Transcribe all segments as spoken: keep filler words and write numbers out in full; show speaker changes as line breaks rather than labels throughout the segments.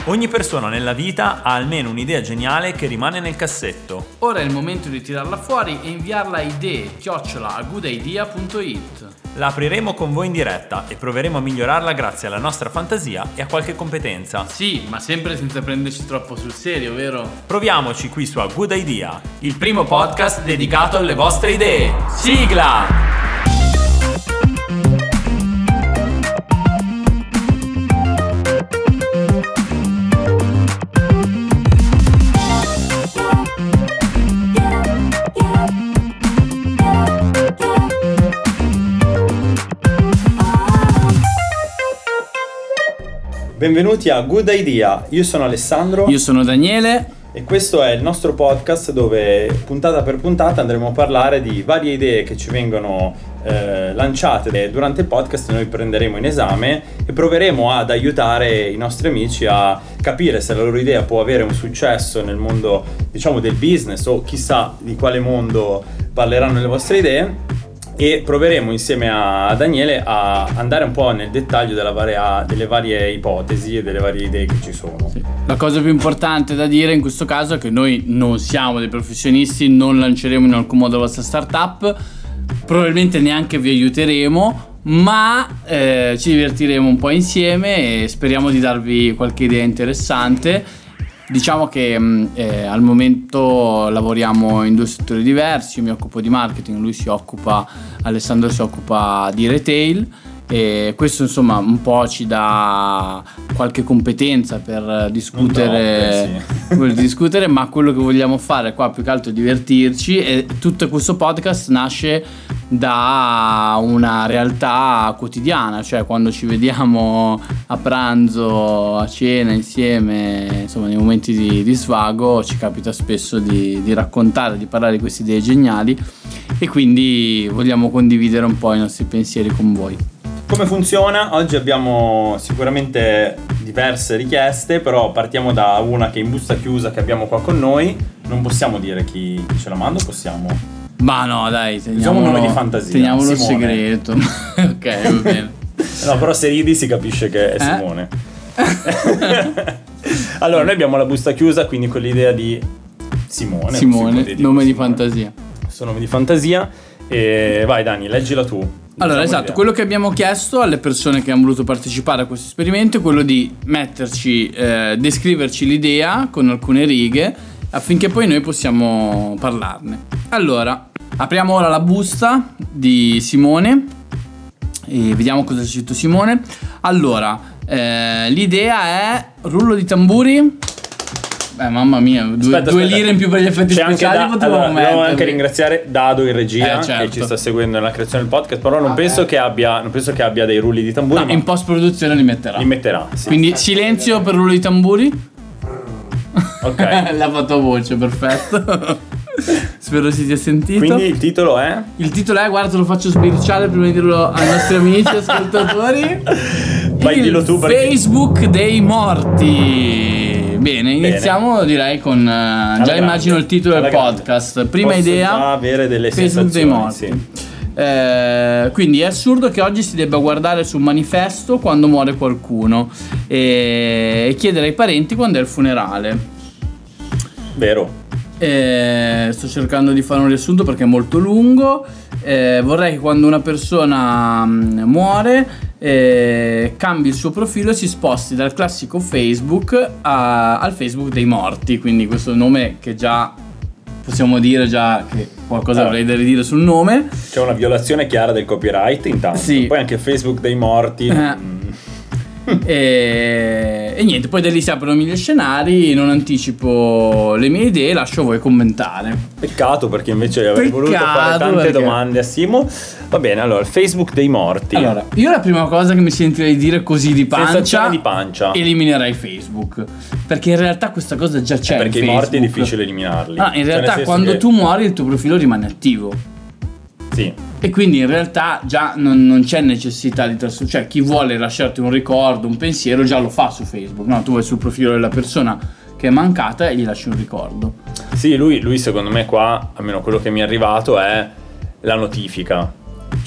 Ogni persona nella vita ha almeno un'idea geniale che rimane nel cassetto.
Ora è il momento di tirarla fuori e inviarla a idee chiocciola a goodidea punto it.
La apriremo con voi in diretta e proveremo a migliorarla grazie alla nostra fantasia e a qualche competenza.
Sì, ma sempre senza prenderci troppo sul serio, vero?
Proviamoci qui su A Good Idea,
il primo podcast dedicato alle vostre idee. Sigla!
Benvenuti a Good Idea, io sono Alessandro.
Io sono Daniele.
E questo è il nostro podcast dove puntata per puntata andremo a parlare di varie idee che ci vengono eh, lanciate e durante il podcast noi prenderemo in esame e proveremo ad aiutare i nostri amici a capire se la loro idea può avere un successo nel mondo, diciamo, del business o chissà di quale mondo parleranno le vostre idee. E proveremo insieme a Daniele a andare un po' nel dettaglio della varia, delle varie ipotesi e delle varie idee che ci sono.
Sì. La cosa più importante da dire in questo caso è che noi non siamo dei professionisti, non lanceremo in alcun modo la vostra startup, probabilmente neanche vi aiuteremo, ma eh, ci divertiremo un po' insieme e speriamo di darvi qualche idea interessante. Diciamo che eh, al momento lavoriamo in due settori diversi. Io mi occupo di marketing, lui si occupa, Alessandro si occupa di retail, e questo insomma un po' ci dà qualche competenza per discutere,
no,
per discutere, ma quello che vogliamo fare qua più che altro è divertirci, e tutto questo podcast nasce da una realtà quotidiana, cioè quando ci vediamo a pranzo, a cena insieme, insomma nei momenti di, di svago ci capita spesso di, di raccontare, di parlare di queste idee geniali, e quindi vogliamo condividere un po' i nostri pensieri con voi.
Come funziona? Oggi abbiamo sicuramente diverse richieste, però partiamo da una che è in busta chiusa che abbiamo qua con noi. Non possiamo dire chi, chi ce la manda, possiamo?
Ma no, dai,
teniamolo, un nome di fantasia.
Teniamolo
Simone.
Segreto. Ok, va bene.
No, però se ridi si capisce che è Simone. Eh? Allora, noi abbiamo la busta chiusa, quindi con l'idea di Simone.
Simone,
dire,
nome
Simone.
di fantasia.
Questo nome di fantasia. E vai Dani, leggila tu.
Allora,
diciamo
esatto,
l'idea.
quello che abbiamo chiesto alle persone che hanno voluto partecipare a questo esperimento è quello di metterci, eh, descriverci l'idea con alcune righe affinché poi noi possiamo parlarne. Allora, apriamo ora la busta di Simone e vediamo cosa c'è scritto Simone. Allora, eh, l'idea è rullo di tamburi. Beh, mamma mia, due,
aspetta,
due
aspetta.
lire in più per gli effetti
C'è
speciali
anche da,
potevamo
allora,
mettere.
Devo anche ringraziare Dado in regia,
Eh, certo.
che ci sta seguendo nella creazione del podcast, però non,
Ah,
penso,
beh.
che abbia, non penso che abbia dei rulli di tamburi,
No,
ma
in post produzione li metterà.
li metterà, sì.
Quindi silenzio per rullo di tamburi.
Ok.
L'ha fatto a voce, perfetto. Spero si sia sentito.
Quindi il titolo è?
Il titolo è, guarda, te lo faccio sbirciare prima di dirlo ai nostri amici ascoltatori.
Vai,
Il
dillo tu, perché-
Facebook dei morti. Bene, iniziamo direi con uh, già
grande.
immagino il titolo
Alla
del
grande.
podcast. Prima
Posso
idea,
già avere delle
Facebook dei
sensazioni,
morti.
sì.
Eh, quindi è assurdo che oggi si debba guardare su un manifesto quando muore qualcuno e, e chiedere ai parenti quando è il funerale.
Vero.
Eh, sto cercando di fare un riassunto perché è molto lungo. Eh, vorrei che quando una persona mh, muore eh, cambi il suo profilo e si sposti dal classico Facebook a- al Facebook dei morti. Quindi questo nome che già possiamo dire già che qualcosa
Allora.
avrei da ridire sul nome.
C'è una violazione chiara del copyright intanto.
Sì.
Poi anche Facebook dei morti.
Eh.
mm,
E, e niente, poi da lì si aprono mille scenari. Non anticipo le mie idee, lascio a voi commentare.
Peccato, perché invece avrei
Peccato,
voluto fare tante
perché-
domande a Simo. Va bene, allora, il Facebook dei morti.
Allora, io la prima cosa che mi sentirei dire così di pancia,
Sensazione di pancia.
eliminerei Facebook, perché in realtà questa cosa già c'è
Eh, perché
in
i
Facebook.
morti è difficile eliminarli.
Ah, in
Cioè,
realtà
nel senso
quando
che-
tu muori il tuo profilo rimane attivo.
Sì.
E quindi in realtà già non, non c'è necessità di trasferire, cioè chi vuole lasciarti un ricordo, un pensiero già lo fa su Facebook, no? Tu vai sul profilo della persona che è mancata e gli lasci un ricordo.
Sì, lui, lui secondo me qua, almeno quello che mi è arrivato, è la notifica.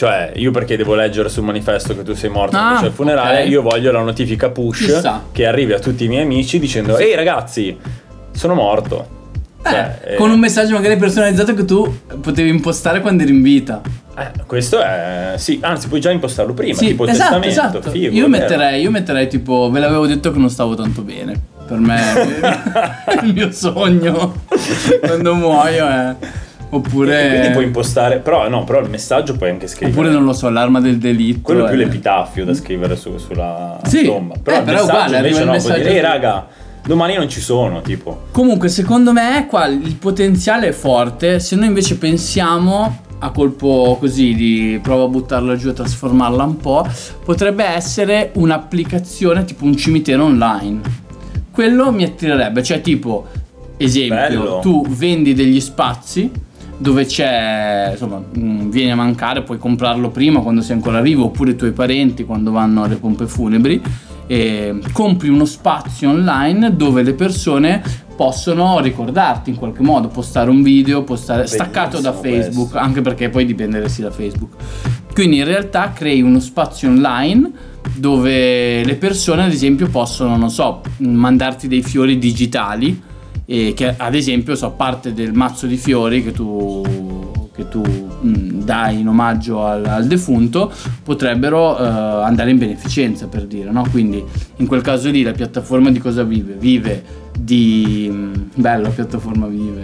Cioè, io perché devo leggere sul manifesto che tu sei morto
Ah,
c'è il funerale,
ok.
io voglio la notifica push
Chissà.
che arrivi a tutti i miei amici dicendo ehi ragazzi, sono morto.
Eh,
Cioè,
con
eh,
un messaggio magari personalizzato che tu potevi impostare quando eri in vita.
eh, questo è sì, anzi puoi già impostarlo prima,
Sì,
tipo
esatto,
testamento,
esatto.
figo,
io
è vero.
metterei, io metterei tipo, ve l'avevo detto che non stavo tanto bene. Per me è il mio sogno quando muoio è oppure
E quindi puoi impostare, però no, però il messaggio puoi anche scrivere.
oppure non lo so, l'arma del delitto.
Quello è più
è-
l'epitaffio da scrivere su, sulla
Sì,
tomba. Però
eh,
il
però è
messaggio
uguale, arriva
invece
il
no, puoi
messaggio-
dire ehi raga, domani non ci sono, tipo.
Comunque secondo me qua il potenziale è forte. Se noi invece pensiamo a colpo così di prova a buttarla giù e trasformarla un po', potrebbe essere un'applicazione tipo un cimitero online. Quello mi attirerebbe, cioè tipo esempio,
Bello.
tu vendi degli spazi dove c'è, insomma, mh, vieni a mancare, puoi comprarlo prima quando sei ancora vivo, oppure i tuoi parenti quando vanno alle pompe funebri, e compri uno spazio online dove le persone possono ricordarti in qualche modo, postare un video, postare staccato da
Bellissimo
Facebook,
questo.
anche perché poi dipenderesti da Facebook. Quindi in realtà crei uno spazio online dove le persone ad esempio possono, non so, mandarti dei fiori digitali, e che ad esempio so parte del mazzo di fiori che tu, che tu mh, dai in omaggio al, al defunto potrebbero eh, andare in beneficenza, per dire, no? Quindi in quel caso lì la piattaforma di cosa vive? Vive di mh, bella piattaforma vive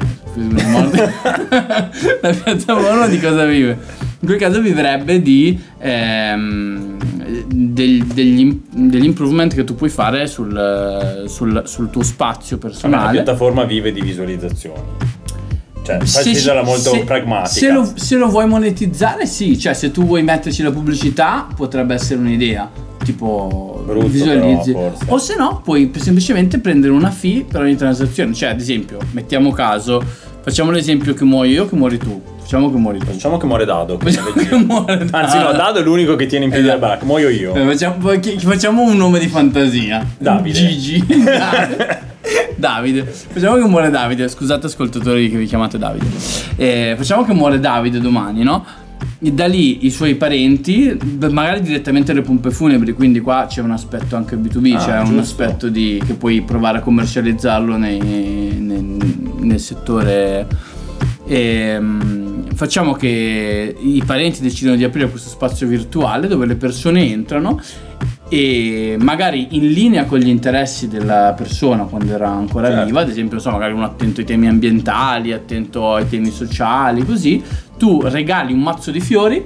la piattaforma di cosa vive? In quel caso vivrebbe di ehm, del- degli, degli improvement che tu puoi fare sul, sul, sul tuo spazio
A me la
personale.
piattaforma vive di visualizzazioni. Cioè,
Se-
facciamola molto
se-
pragmatica.
Se lo, se lo vuoi monetizzare, sì, cioè se tu vuoi metterci la pubblicità potrebbe essere un'idea, tipo
Brutto,
visualizzi,
però, forse.
o se no puoi semplicemente prendere una fee per ogni transazione, cioè ad esempio mettiamo caso, facciamo l'esempio che muoio io, che muori tu, facciamo che muori tu.
Facciamo che muore Dado.
Facciamo che muore Dado.
Anzi no, Dado è l'unico che tiene in piedi
Esatto.
la baracca, muoio io.
Eh, Facciamo, poi chi- facciamo un nome di fantasia.
Davide.
Gigi. Davide. Davide. Facciamo che muore Davide. Scusate ascoltatori che vi chiamate Davide. Eh, facciamo che muore Davide domani, no? E da lì i suoi parenti, beh, magari direttamente alle pompe funebri, quindi qua c'è un aspetto anche B due B,
Ah,
c'è un
giusto.
aspetto di, che puoi provare a commercializzarlo nei- nel, nel settore. E, mm, facciamo che i parenti decidono di aprire questo spazio virtuale dove le persone entrano e magari in linea con gli interessi della persona quando era ancora
Certo.
viva, ad esempio, so, magari uno attento ai temi ambientali, attento ai temi sociali, così tu regali un mazzo di fiori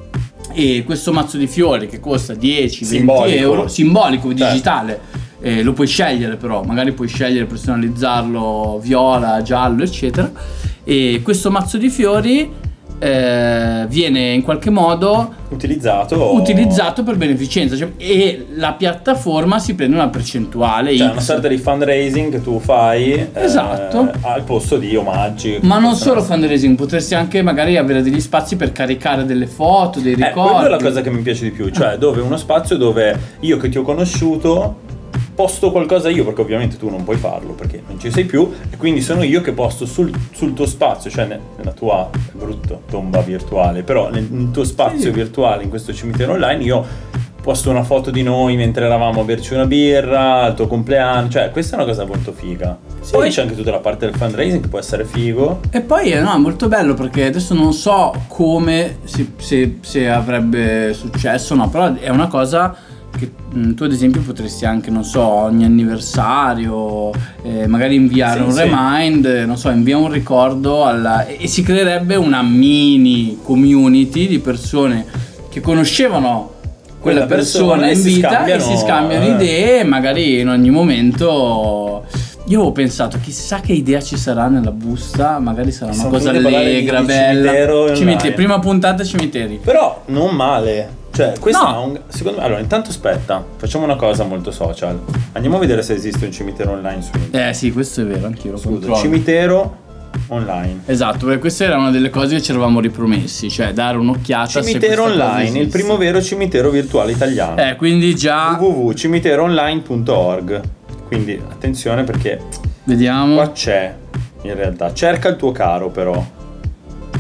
e questo mazzo di fiori che costa dieci venti
Simbolico.
euro, simbolico,
Certo.
digitale, eh, lo puoi scegliere, però magari puoi scegliere personalizzarlo viola, giallo, eccetera, e questo mazzo di fiori eh, viene in qualche modo
Utilizzato.
utilizzato per beneficenza, cioè, e la piattaforma si prende una percentuale
Cioè
X.
una sorta di fundraising che tu fai eh,
Esatto.
al posto di omaggi.
Ma non
Possono
solo
essere-
fundraising, potresti anche magari avere degli spazi per caricare delle foto, dei
Eh,
ricordi.
quella è la cosa che mi piace di più, cioè dove uno spazio dove io che ti ho conosciuto posto qualcosa io, perché ovviamente tu non puoi farlo perché non ci sei più, e quindi sono io che posto sul, sul tuo spazio, cioè ne- nella tua, è brutto, tomba virtuale, però nel, nel tuo spazio
Sì.
virtuale, in questo cimitero online, io posto una foto di noi mentre eravamo a berci una birra, al tuo compleanno, cioè questa è una cosa molto figa.
Sì.
Poi c'è anche tutta la parte del fundraising che può essere figo.
E poi eh, no, è molto bello perché adesso non so come se, se- se avrebbe successo, no, però è una cosa che mh, tu ad esempio potresti anche, non so, ogni anniversario eh, magari inviare
Sì,
un
sì.
remind, eh, non so, invia un ricordo alla, e, e si creerebbe una mini community di persone che conoscevano quella
Quella
persona,
persona e
in
si
vita
scambiano,
e si scambiano
eh.
idee, e magari in ogni momento. Io avevo pensato, chissà che idea ci sarà nella busta, magari sarà una
Stiamo
cosa
finendo di parlare di-
allegra,
di
bella.
cimitero online.
Cimiteri, prima puntata cimiteri.
Però non male. Cioè, questo
No.
ha un, secondo me. Allora, intanto aspetta, facciamo una cosa molto social. Andiamo a vedere se esiste un cimitero online su internet.
Eh sì, questo è vero, anch'io lo
Scusa,
controllo.
cimitero online.
Esatto, perché questa era una delle cose che ci eravamo ripromessi, cioè dare un'occhiata se
Cimitero
questa cosa
online, il
esiste.
primo vero cimitero virtuale italiano.
Eh, quindi già
w w w punto cimitero online punto org. Quindi attenzione perché
vediamo.
qua c'è in realtà. Cerca il tuo caro però.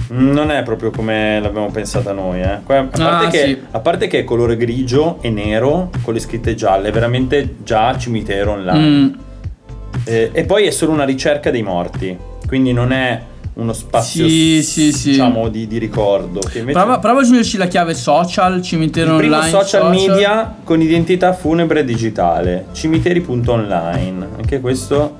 Non è proprio come l'abbiamo pensata noi, eh. A parte,
Ah,
che,
sì.
a parte che è colore grigio e nero con le scritte gialle, è veramente già cimitero online.
Mm.
Eh, e poi è solo una ricerca dei morti, quindi non è uno spazio
Sì, sì, sì.
diciamo di, di ricordo. Che invece
Prova, prova a aggiungerci la chiave social, cimitero
il primo
online.
social media con identità funebre digitale, cimiteri punto online. Anche questo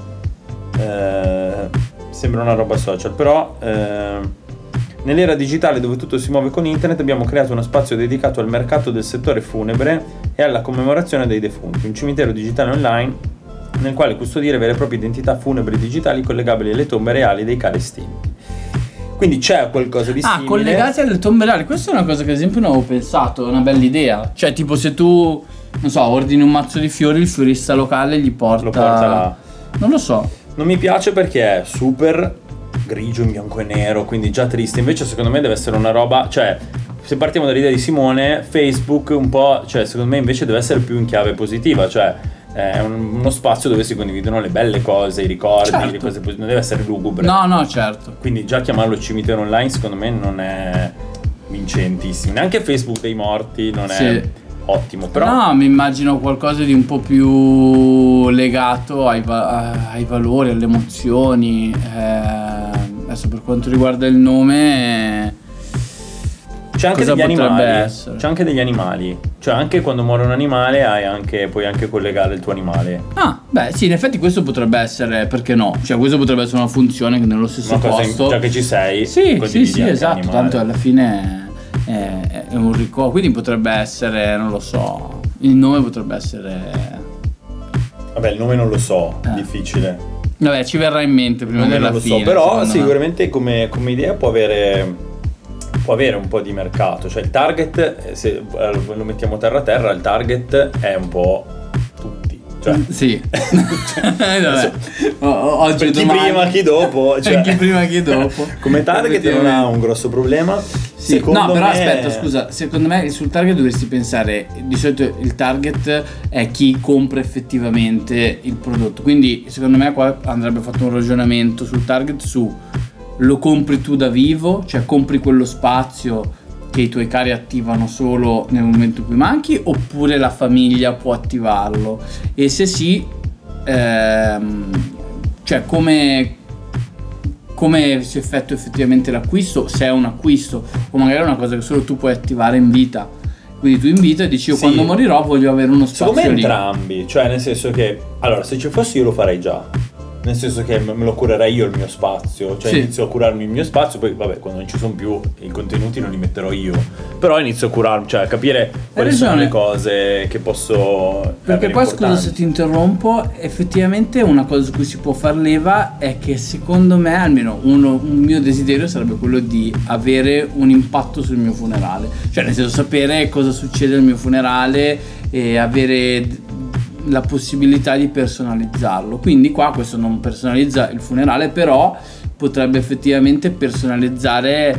eh, sembra una roba social, però eh, nell'era digitale dove tutto si muove con internet abbiamo creato uno spazio dedicato al mercato del settore funebre e alla commemorazione dei defunti, un cimitero digitale online nel quale custodire vere e proprie identità funebri digitali collegabili alle tombe reali dei cari estinti. Quindi c'è qualcosa di
Ah,
simile.
collegati alle tombe reali. Questa è una cosa che ad esempio non avevo pensato, è una bella idea. Cioè, tipo se tu, non so, ordini un mazzo di fiori, il fiorista locale gli porta...
Lo porta là.
Non lo so.
Non mi piace perché è super grigio in bianco e nero, quindi già triste. Invece secondo me deve essere una roba, cioè se partiamo dall'idea di Simone, Facebook un po', cioè secondo me invece deve essere più in chiave positiva, cioè è un- uno spazio dove si condividono le belle cose, i ricordi,
Certo.
le cose positive, non deve essere lugubre.
No, no, certo.
Quindi già chiamarlo cimitero online secondo me non è vincentissimo. Neanche Facebook dei morti non è
Sì.
ottimo, però
No, mi immagino qualcosa di un po' più legato ai, va- ai valori, alle emozioni. Eh, adesso per quanto riguarda il nome...
c'è anche
cosa
degli
potrebbe
animali.
essere?
C'è anche degli animali. Cioè anche quando muore un animale hai anche, puoi anche collegare il tuo animale.
Ah, beh, sì, in effetti questo potrebbe essere, perché no? Cioè, questo potrebbe essere una funzione che nello stesso
Una cosa in-
posto...
già che ci sei,
Sì, sì,
condividi
sì,
anche
esatto,
l'animale.
tanto alla fine è, è un ricordo, quindi potrebbe essere, non lo so, il nome potrebbe essere...
Vabbè, il nome non lo so,
Eh.
difficile.
Vabbè, ci verrà in mente prima
Il nome
della
non lo
fine.
so, però
secondo me.
sicuramente come, come idea può avere può avere un po' di mercato. Cioè il target, eh, se eh, lo mettiamo terra a terra, il target è un po' tutti. Cioè,
Sì. Vabbè. O- o- oggi
per
e
chi
domani.
prima chi dopo, cioè,
chi prima chi dopo.
come target non ha un grosso problema.
Sì,
Secondo
no, però
me-
aspetta, scusa, secondo me sul target dovresti pensare, di solito il target è chi compra effettivamente il prodotto, quindi secondo me qua andrebbe fatto un ragionamento sul target su lo compri tu da vivo, cioè compri quello spazio che i tuoi cari attivano solo nel momento in cui manchi, oppure la famiglia può attivarlo, e se sì, ehm, cioè come come si effettua effettivamente l'acquisto, se è un acquisto o magari è una cosa che solo tu puoi attivare in vita. Quindi tu invita e dici io
Sì.
quando morirò voglio avere uno spazio
Secondo me
lì.
entrambi, cioè nel senso che allora se ci fossi io lo farei già. Nel senso che me lo curerei io il mio spazio, cioè
Sì.
inizio a curarmi il mio spazio, poi vabbè quando non ci sono più i contenuti non li metterò io, però inizio a curarmi, cioè a capire quali sono
ragione.
le cose che posso
Perché
avere
poi scusa
importanti.
se ti interrompo, effettivamente una cosa su cui si può far leva è che secondo me, almeno uno, un mio desiderio sarebbe quello di avere un impatto sul mio funerale, cioè nel senso sapere cosa succede al mio funerale e avere d- la possibilità di personalizzarlo. Quindi qua questo non personalizza il funerale, però potrebbe effettivamente personalizzare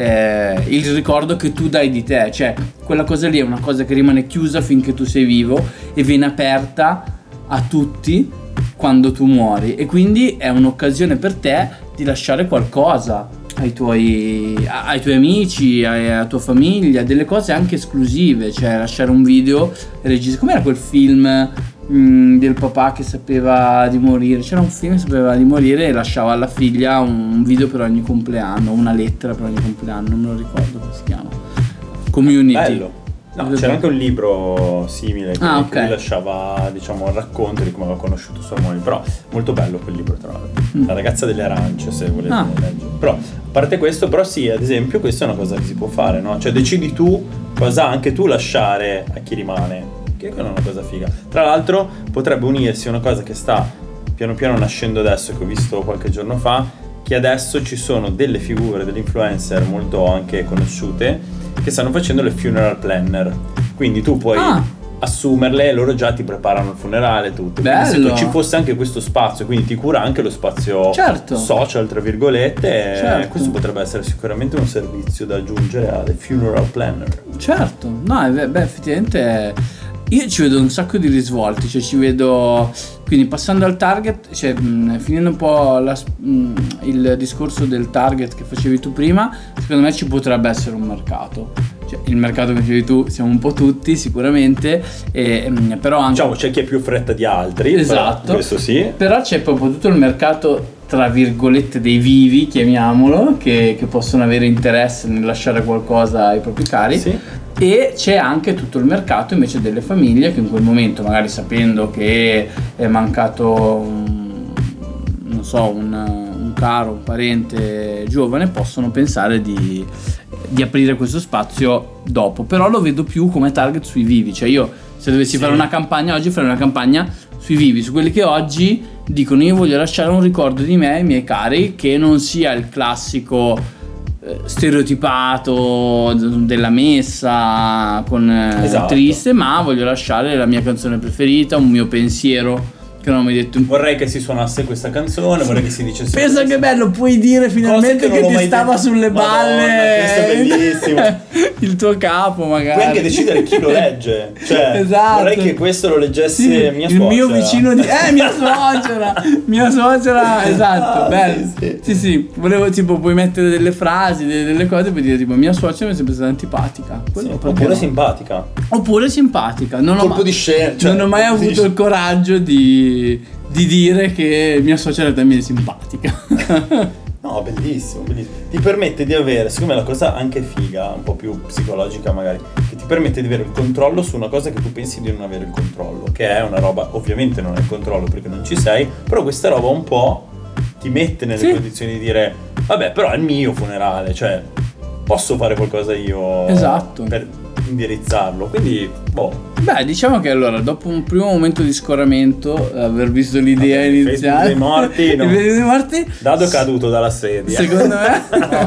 eh, il ricordo che tu dai di te, cioè quella cosa lì è una cosa che rimane chiusa finché tu sei vivo e viene aperta a tutti quando tu muori, e quindi è un'occasione per te di lasciare qualcosa ai tuoi, a- ai tuoi amici, ai- alla tua famiglia, delle cose anche esclusive, cioè lasciare un video registrato. Com'era quel film mh, del papà che sapeva di morire? C'era un film che sapeva di morire e lasciava alla figlia un video per ogni compleanno, una lettera per ogni compleanno, non me lo ricordo come si chiama. Community.
Bello. No, c'era anche un libro simile che,
Ah,
che
ok.
lui lasciava, diciamo, il racconto di come aveva conosciuto sua moglie. Però molto bello quel libro, tra l'altro.
Mm.
La ragazza delle arance, se volete
Ah.
leggere. Però, a parte questo, però sì, ad esempio, questa è una cosa che si può fare, no? Cioè decidi tu cosa anche tu lasciare a chi rimane, che è una cosa figa. Tra l'altro potrebbe unirsi a una cosa che sta piano piano nascendo adesso, che ho visto qualche giorno fa, che adesso ci sono delle figure, delle influencer molto anche conosciute che stanno facendo le funeral planner. Quindi tu puoi
Ah.
assumerle e loro già ti preparano il funerale e tutto. Quindi se
Bello.
tu ci fosse anche questo spazio, quindi ti cura anche lo spazio
Certo.
social, tra virgolette,
Certo.
questo potrebbe essere sicuramente un servizio da aggiungere alle funeral planner.
Certo, no, eh, beh, effettivamente Io ci vedo un sacco di risvolti, cioè ci vedo, quindi passando al target, cioè mh, finendo un po' la, mh, il discorso del target che facevi tu prima, secondo me ci potrebbe essere un mercato. Cioè, il mercato che dicevi tu siamo un po' tutti sicuramente, e, mh, però anche...
Diciamo c'è chi ha più fretta di altri,
esatto,
però, questo sì.
Però c'è proprio tutto il mercato tra virgolette dei vivi, chiamiamolo, che, che possono avere interesse nel lasciare qualcosa ai propri cari.
Sì.
E c'è anche tutto il mercato invece delle famiglie che in quel momento, magari sapendo che è mancato un, non so, un, un caro, un parente giovane, possono pensare di, di aprire questo spazio dopo. Però lo vedo più come target sui vivi, cioè io se dovessi sì. fare una campagna oggi, farei una campagna sui vivi, su quelli che oggi dicono io voglio lasciare un ricordo di me ai miei cari, che non sia il classico stereotipato della messa con esatto. triste, ma voglio lasciare la mia canzone preferita, un mio pensiero che non ho mai detto.
Vorrei che si suonasse questa canzone, vorrei che si dicesse.
Pensa che bello, puoi dire finalmente che, che ti stava detto. Sulle balle. Madonna,
questo è bellissimo.
Il tuo capo magari.
Puoi anche decidere chi lo legge. Cioè, esatto. Vorrei che questo lo leggesse sì, mia suocera.
Il mio vicino di eh mia suocera. Mia suocera, esatto, ah, bello. Sì sì. sì, sì. Volevo tipo puoi mettere delle frasi, delle, delle cose, puoi dire tipo mia suocera mi è sempre stata antipatica.
Sì, oppure no? simpatica.
Oppure simpatica. Non
Colpo
ho ma-
di scena. Cioè,
non ho mai avuto il coraggio di di dire che mia suocera mi è simpatica.
No, bellissimo, bellissimo. Ti permette di avere, secondo me la cosa anche figa, un po' più psicologica magari, che ti permette di avere il controllo su una cosa che tu pensi di non avere il controllo, che è una roba, ovviamente non è il controllo perché non ci sei, però questa roba un po' ti mette nelle sì. condizioni di dire vabbè, però è il mio funerale, cioè posso fare qualcosa io
esatto.
per indirizzarlo, quindi boh.
Beh, diciamo che allora dopo un primo momento di scoramento, aver visto l'idea
Vabbè,
iniziale
dei morti, no.
dei morti
Dado caduto dalla sedia,
secondo me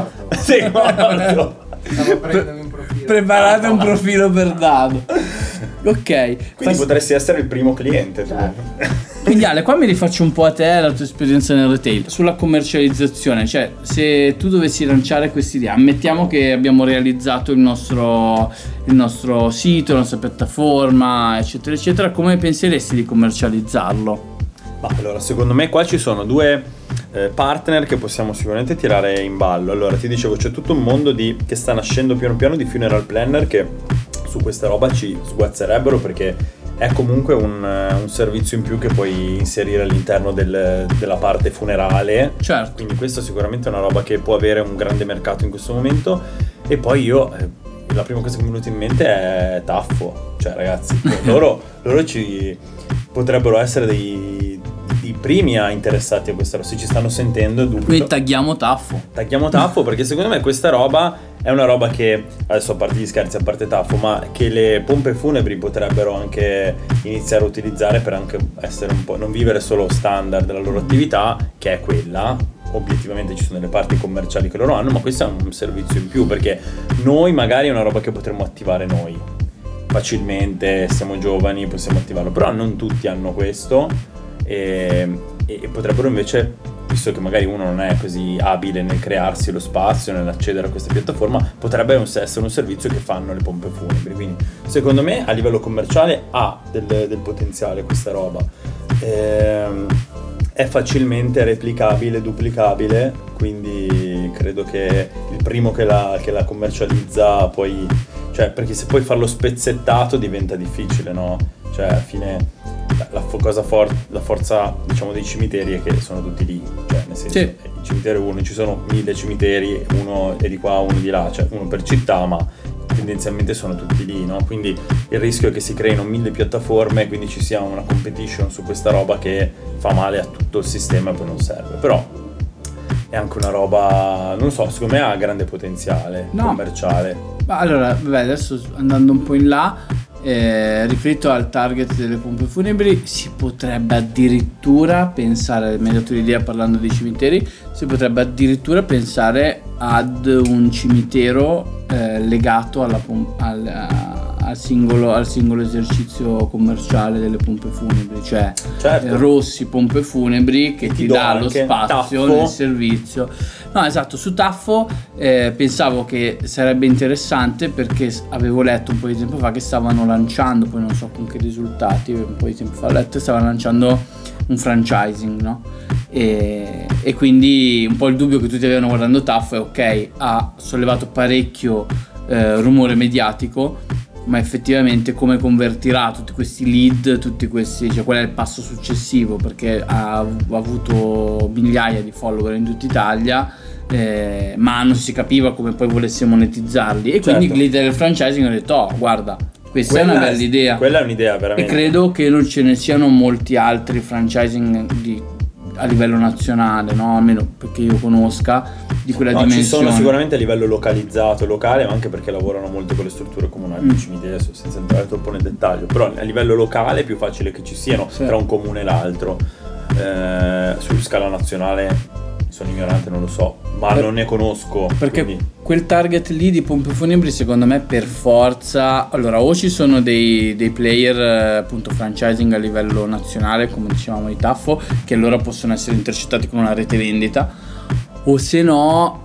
sei morto.
Stavo prendendo un profilo.
Preparate un profilo per Dado. Ok.
Quindi Pass- potresti essere il primo cliente tu.
Quindi Ale, qua mi rifaccio un po' a te la tua esperienza nel retail sulla commercializzazione, cioè se tu dovessi lanciare quest'idea, ammettiamo che abbiamo realizzato il nostro, il nostro sito, la nostra piattaforma, eccetera eccetera, come penseresti di commercializzarlo?
Ma allora, secondo me qua ci sono due eh, partner che possiamo sicuramente tirare in ballo. Allora, ti dicevo, c'è tutto un mondo di, che sta nascendo piano piano di funeral planner che su questa roba ci sguazzerebbero, perché è comunque un, un servizio in più che puoi inserire all'interno del, della parte funerale.
Certo.
Quindi questa sicuramente è una roba che può avere un grande mercato in questo momento. E poi io, eh, la prima cosa che mi è venuta in mente è Taffo. Cioè ragazzi, loro, loro ci potrebbero essere dei, dei primi a interessati a questa roba. Se ci stanno sentendo, dubito.
Quindi tagghiamo Taffo.
Tagghiamo Taffo perché secondo me questa roba è una roba che, adesso a parte gli scherzi, a parte Taffo, ma che le pompe funebri potrebbero anche iniziare a utilizzare per anche essere un po', non vivere solo standard della loro attività, che è quella. Obiettivamente ci sono delle parti commerciali che loro hanno, ma questo è un servizio in più, perché noi magari è una roba che potremmo attivare noi facilmente, siamo giovani, possiamo attivarlo, però non tutti hanno questo e, e potrebbero invece, visto che magari uno non è così abile nel crearsi lo spazio, nell'accedere a questa piattaforma, potrebbe essere un servizio che fanno le pompe funebri. Quindi secondo me a livello commerciale ha del, del potenziale questa roba, ehm, è facilmente replicabile, duplicabile, quindi credo che il primo che la, che la commercializza poi, cioè perché se poi farlo spezzettato diventa difficile, no? Cioè alla fine la cosa for- la forza, diciamo, dei cimiteri è che sono tutti lì, cioè nel senso,
sì.
Il cimitero è uno, ci sono mille cimiteri, uno è di qua, uno di là, cioè uno per città, ma tendenzialmente sono tutti lì, no? Quindi il rischio è che si creino mille piattaforme, quindi ci sia una competition su questa roba che fa male a tutto il sistema e poi non serve. Però è anche una roba, non so, secondo me ha grande potenziale no. commerciale.
Ma allora, vabbè, adesso andando un po' in là, Eh, riferito al target delle pompe funebri, si potrebbe addirittura pensare, mi hai dato l'idea parlando dei cimiteri, si potrebbe addirittura pensare ad un cimitero eh, legato alla pom- al, a, al, singolo, al singolo esercizio commerciale delle pompe funebri, cioè
certo.
eh, Rossi pompe funebri che ti, ti dà lo spazio
Taffo.
nel servizio. No, esatto, su Taffo eh, pensavo che sarebbe interessante perché avevo letto un po' di tempo fa che stavano lanciando, poi non so con che risultati, un po' di tempo fa ho letto, stavano lanciando un franchising, no? E, e quindi un po' il dubbio che tutti avevano guardando Taffo è ok, ha sollevato parecchio eh, rumore mediatico, ma effettivamente come convertirà tutti questi lead, tutti questi, cioè qual è il passo successivo, perché ha, ha avuto migliaia di follower in tutta Italia, eh, ma non si capiva come poi volesse monetizzarli, e
certo.
quindi l'idea del franchising ho detto oh guarda, questa
quella
è una bella idea,
quella è un'idea veramente,
e credo che non ce ne siano molti altri franchising di, a livello nazionale, no? Almeno perché io conosca di quella
no,
dimensione.
ci sono sicuramente a livello localizzato, locale, ma anche perché lavorano molto con le strutture comunali,
Mm.
cimiteri, adesso senza entrare troppo nel dettaglio, però a livello locale è più facile che ci siano
Sì.
tra un comune e l'altro. Eh, su scala nazionale sono ignorante, non lo so, ma
Per-
non ne conosco,
Perché
quindi-
quel target lì di pompe funebri secondo me per forza, allora o ci sono dei, dei player eh, appunto franchising a livello nazionale come dicevamo di Taffo, che allora possono essere intercettati con una rete vendita, o se no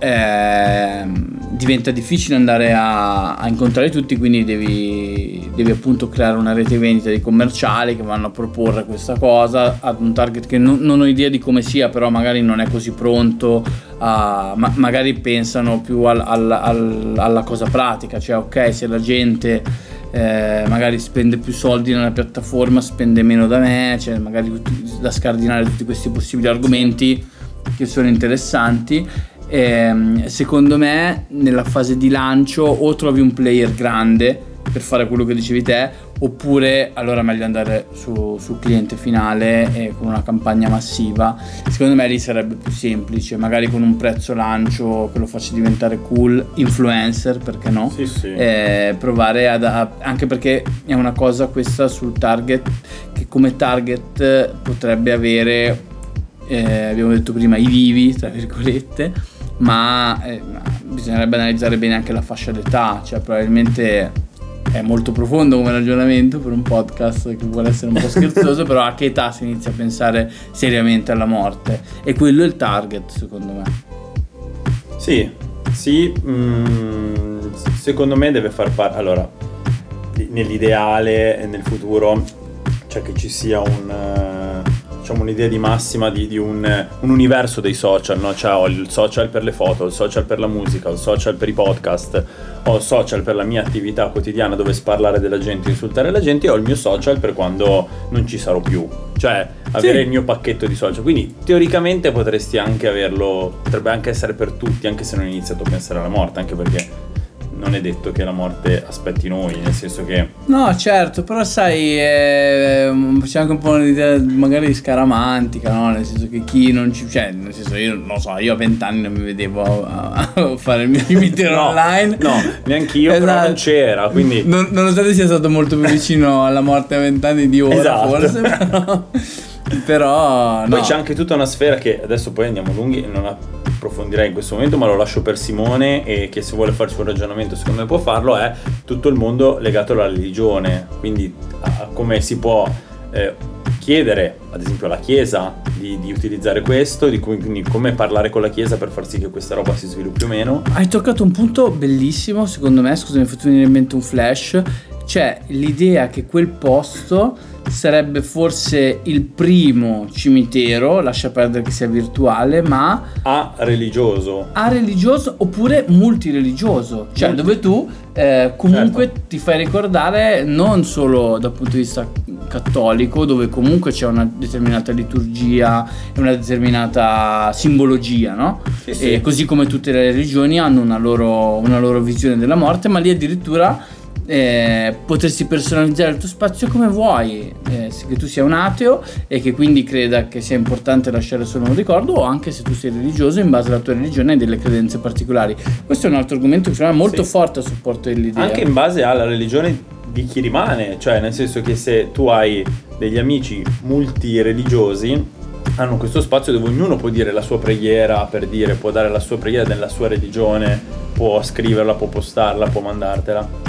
ehm, diventa difficile andare a, a incontrare tutti, quindi devi, devi appunto creare una rete vendita di commerciali che vanno a proporre questa cosa ad un target che non, non ho idea di come sia, però magari non è così pronto a, ma, magari pensano più al, al, al, alla cosa pratica, cioè ok, se la gente eh, magari spende più soldi nella piattaforma spende meno da me, cioè magari tutti- da scardinare tutti questi possibili argomenti che sono interessanti. Ehm, secondo me nella fase di lancio o trovi un player grande per fare quello che dicevi te, oppure allora è meglio andare su, sul cliente finale e con una campagna massiva. Secondo me lì sarebbe più semplice, magari con un prezzo lancio che lo faccia diventare cool, influencer, perché no?
Sì, sì.
Eh, provare ad, a, anche perché è una cosa questa sul target che come target potrebbe avere eh, abbiamo detto prima i vivi tra virgolette, ma eh, bisognerebbe analizzare bene anche la fascia d'età, cioè probabilmente è molto profondo come ragionamento per un podcast che vuole essere un po' scherzoso, però a che età si inizia a pensare seriamente alla morte, e quello è il target secondo me.
Sì, sì, mm, secondo me deve far parte, allora, nell'ideale e nel futuro, cioè che ci sia un, eh, diciamo un'idea di massima di, di un, un universo dei social, no? Cioè ho il social per le foto, il social per la musica, il social per i podcast, ho il social per la mia attività quotidiana dove sparlare della gente, insultare la gente, e ho il mio social per quando non ci sarò più, cioè avere
Sì.
il mio pacchetto di social, quindi teoricamente potresti anche averlo, potrebbe anche essere per tutti, anche se non hai iniziato a pensare alla morte, anche perché non è detto che la morte aspetti noi, nel senso che
No, certo, però sai, eh, c'è anche un po' un'idea magari di scaramantica, no? Nel senso che chi non ci... cioè, nel senso io non lo so, io a vent'anni non mi vedevo a, a fare il mio cimitero
no,
online.
no, neanch'io, però
Esatto.
non c'era, quindi
Non- nonostante sia stato molto più vicino alla morte a vent'anni di ora,
Esatto.
forse, però... però
poi
no.
c'è anche tutta una sfera che adesso poi andiamo lunghi, non approfondirei in questo momento, ma lo lascio per Simone, e che se vuole fare il suo ragionamento secondo me può farlo, è tutto il mondo legato alla religione, quindi a, a come si può eh, chiedere ad esempio alla Chiesa di, di utilizzare questo, di cui, quindi come parlare con la Chiesa per far sì che questa roba si sviluppi o meno.
Hai toccato un punto bellissimo, secondo me, scusa, mi hai fatto venire in mente un flash. C'è l'idea che quel posto sarebbe forse il primo cimitero, lascia perdere che sia virtuale, ma
A religioso.
a religioso oppure multireligioso, cioè
Multi-
dove tu eh, comunque
Certo.
ti fai ricordare non solo dal punto di vista cattolico, dove comunque c'è una determinata liturgia e una determinata simbologia, no?
Sì, sì.
E così come tutte le religioni hanno una loro, una loro visione della morte, ma lì addirittura eh, potresti personalizzare il tuo spazio come vuoi, eh, se che tu sia un ateo e che quindi creda che sia importante lasciare solo un ricordo, o anche se tu sei religioso, in base alla tua religione hai delle credenze particolari. Questo è un altro argomento che secondo me è molto
Sì.
forte a supporto dell'idea.
Anche in base alla religione di chi rimane, cioè nel senso che se tu hai degli amici multireligiosi, hanno questo spazio dove ognuno può dire la sua preghiera, per dire, può dare la sua preghiera nella sua religione, può scriverla, può postarla, può mandartela.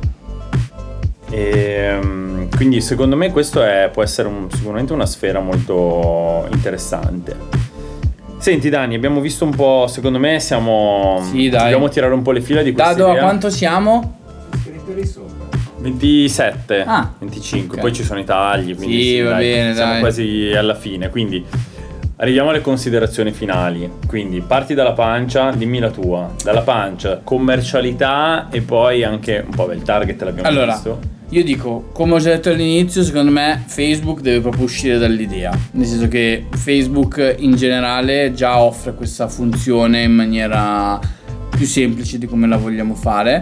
E, um, quindi secondo me questo è, può essere un, sicuramente una sfera molto interessante. Senti Dani, abbiamo visto un po', secondo me siamo...
Sì, dai.
Dobbiamo tirare un po' le fila di questa
Dado,
idea.
a quanto siamo?
Iscritti sopra.
ventisette,
Ah,
venticinque,
ok.
poi ci sono i tagli, quindi
Sì, va
dai,
bene,
siamo
dai.
quasi alla fine, quindi arriviamo alle considerazioni finali. Quindi parti dalla pancia, dimmi la tua. Dalla pancia, commercialità e poi anche un po' del target l'abbiamo
Allora,
visto.
io dico, come ho già detto all'inizio, secondo me Facebook deve proprio uscire dall'idea. Nel senso che Facebook in generale già offre questa funzione in maniera più semplice di come la vogliamo fare.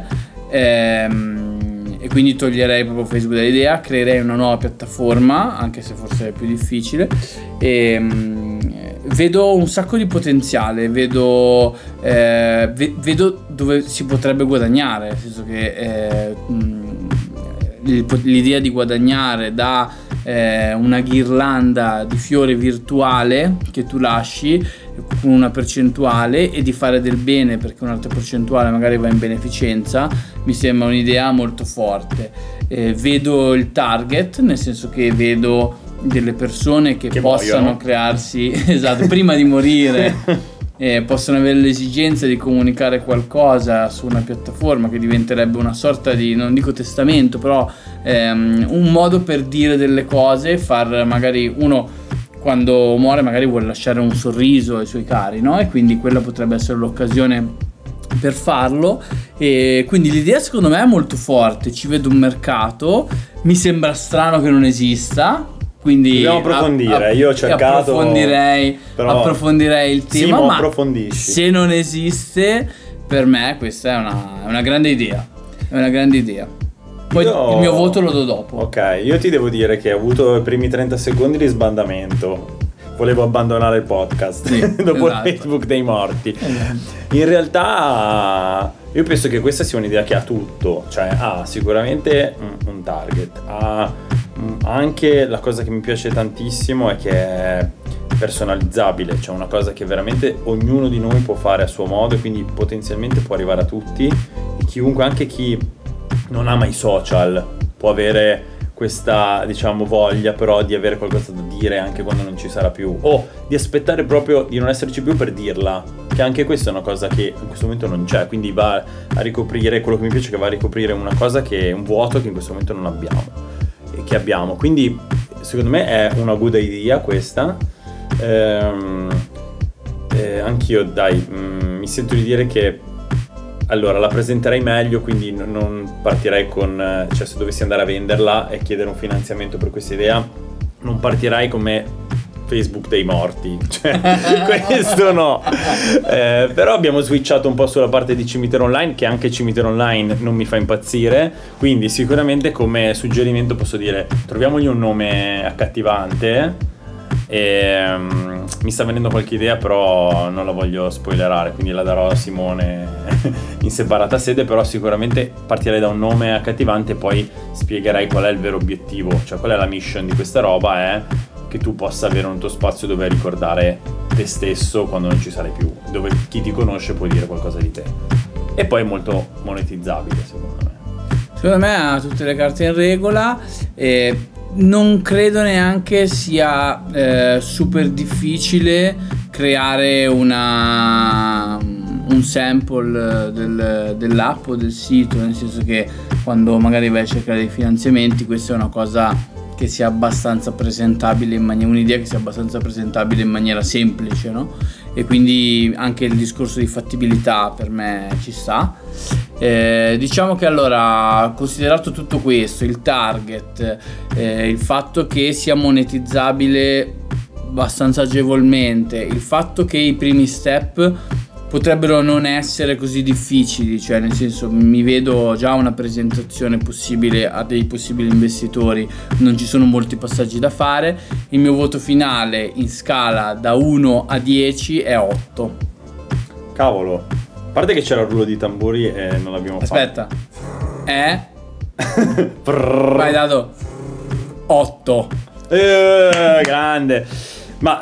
Ehm, e quindi toglierei proprio Facebook dall'idea, creerei una nuova piattaforma, anche se forse è più difficile. E, vedo un sacco di potenziale, vedo, eh, ve- vedo dove si potrebbe guadagnare, nel senso che eh, mh, l'idea di guadagnare da eh, una ghirlanda di fiori virtuale che tu lasci con una percentuale e di fare del bene perché un'altra percentuale magari va in beneficenza, mi sembra un'idea molto forte. Eh, vedo il target, nel senso che vedo delle persone che,
Che
possano
muoiono.
crearsi esatto prima di morire. Eh, possono avere l'esigenza di comunicare qualcosa su una piattaforma che diventerebbe una sorta di, non dico testamento, però ehm, un modo per dire delle cose, far magari uno quando muore magari vuole lasciare un sorriso ai suoi cari, no? E quindi quella potrebbe essere l'occasione per farlo. E quindi l'idea secondo me è molto forte, ci vedo un mercato, mi sembra strano che non esista. Quindi
Dobbiamo approfondire, io ho cercato-
approfondirei,
però-
approfondirei il tema,
Simo,
ma
approfondisci.
se non esiste, per me questa è una, è una grande idea. È una grande idea. Poi
Io-
il mio voto lo do dopo.
Ok, io ti devo dire che ho avuto i primi trenta secondi di sbandamento. Volevo abbandonare il podcast
Sì,
dopo
esatto.
il Facebook dei morti. In realtà io penso che questa sia un'idea che ha tutto, cioè ha sicuramente un, un target, ha mm, anche la cosa che mi piace tantissimo è che è personalizzabile, cioè una cosa che veramente ognuno di noi può fare a suo modo e quindi potenzialmente può arrivare a tutti e chiunque, anche chi non ama i social, può avere questa, diciamo, voglia però di avere qualcosa da dire anche quando non ci sarà più, o di aspettare proprio di non esserci più per dirla, che anche questa è una cosa che in questo momento non c'è, quindi va a ricoprire quello che mi piace, che va a ricoprire una cosa che è un vuoto che in questo momento non abbiamo e che abbiamo, quindi secondo me è una good idea questa. ehm, eh, anch'io dai mm, mi sento di dire che allora la presenterei meglio, quindi n- non partirei con, eh, cioè se dovessi andare a venderla e chiedere un finanziamento per questa idea, non partirei come Facebook dei morti, cioè questo no. Eh, però abbiamo switchato un po' sulla parte di Cimitero Online, che anche Cimitero Online non mi fa impazzire, quindi sicuramente come suggerimento posso dire troviamogli un nome accattivante. E, um, mi sta venendo qualche idea però non la voglio spoilerare, quindi la darò a Simone in separata sede, però sicuramente partirei da un nome accattivante e poi spiegherei qual è il vero obiettivo, cioè qual è la mission di questa roba, è che tu possa avere un tuo spazio dove ricordare te stesso quando non ci sarai più, dove chi ti conosce può dire qualcosa di te, e poi è molto monetizzabile secondo me.
Secondo me ha tutte le carte in regola e non credo neanche sia eh, super difficile creare una, un sample del, dell'app o del sito, nel senso che quando magari vai a cercare dei finanziamenti, questa è una cosa che sia abbastanza presentabile in maniera, un'idea che sia abbastanza presentabile in maniera semplice, no? E quindi anche il discorso di fattibilità per me ci sta. Eh, diciamo che allora, considerato tutto questo, il target, eh, il fatto che sia monetizzabile abbastanza agevolmente, il fatto che i primi step potrebbero non essere così difficili, cioè nel senso mi vedo già una presentazione possibile a dei possibili investitori, non ci sono molti passaggi da fare. Il mio voto finale in scala da uno a dieci è otto.
Cavolo, a parte che c'era il rullo di tamburi e non l'abbiamo
Aspetta, è
fatto.
vai Dado, otto.
Eh, grande. Ma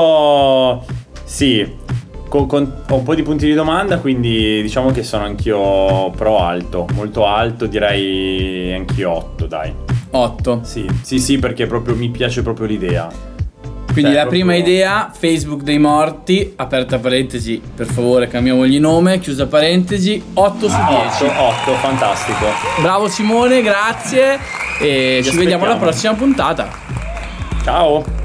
io sì, con, con, ho un po' di punti di domanda, quindi diciamo che sono anch'io pro alto, molto alto, direi anch'io otto, dai.
otto.
Sì, sì, sì, perché proprio mi piace proprio l'idea.
Quindi
Cioè,
la prima
proprio-
idea, Facebook dei morti, aperta parentesi, per favore cambiamogli nome, chiusa parentesi, otto su dieci.
otto, otto, fantastico.
Bravo Simone, grazie e ci
Ti
vediamo alla
aspettiamo.
prossima puntata.
Ciao.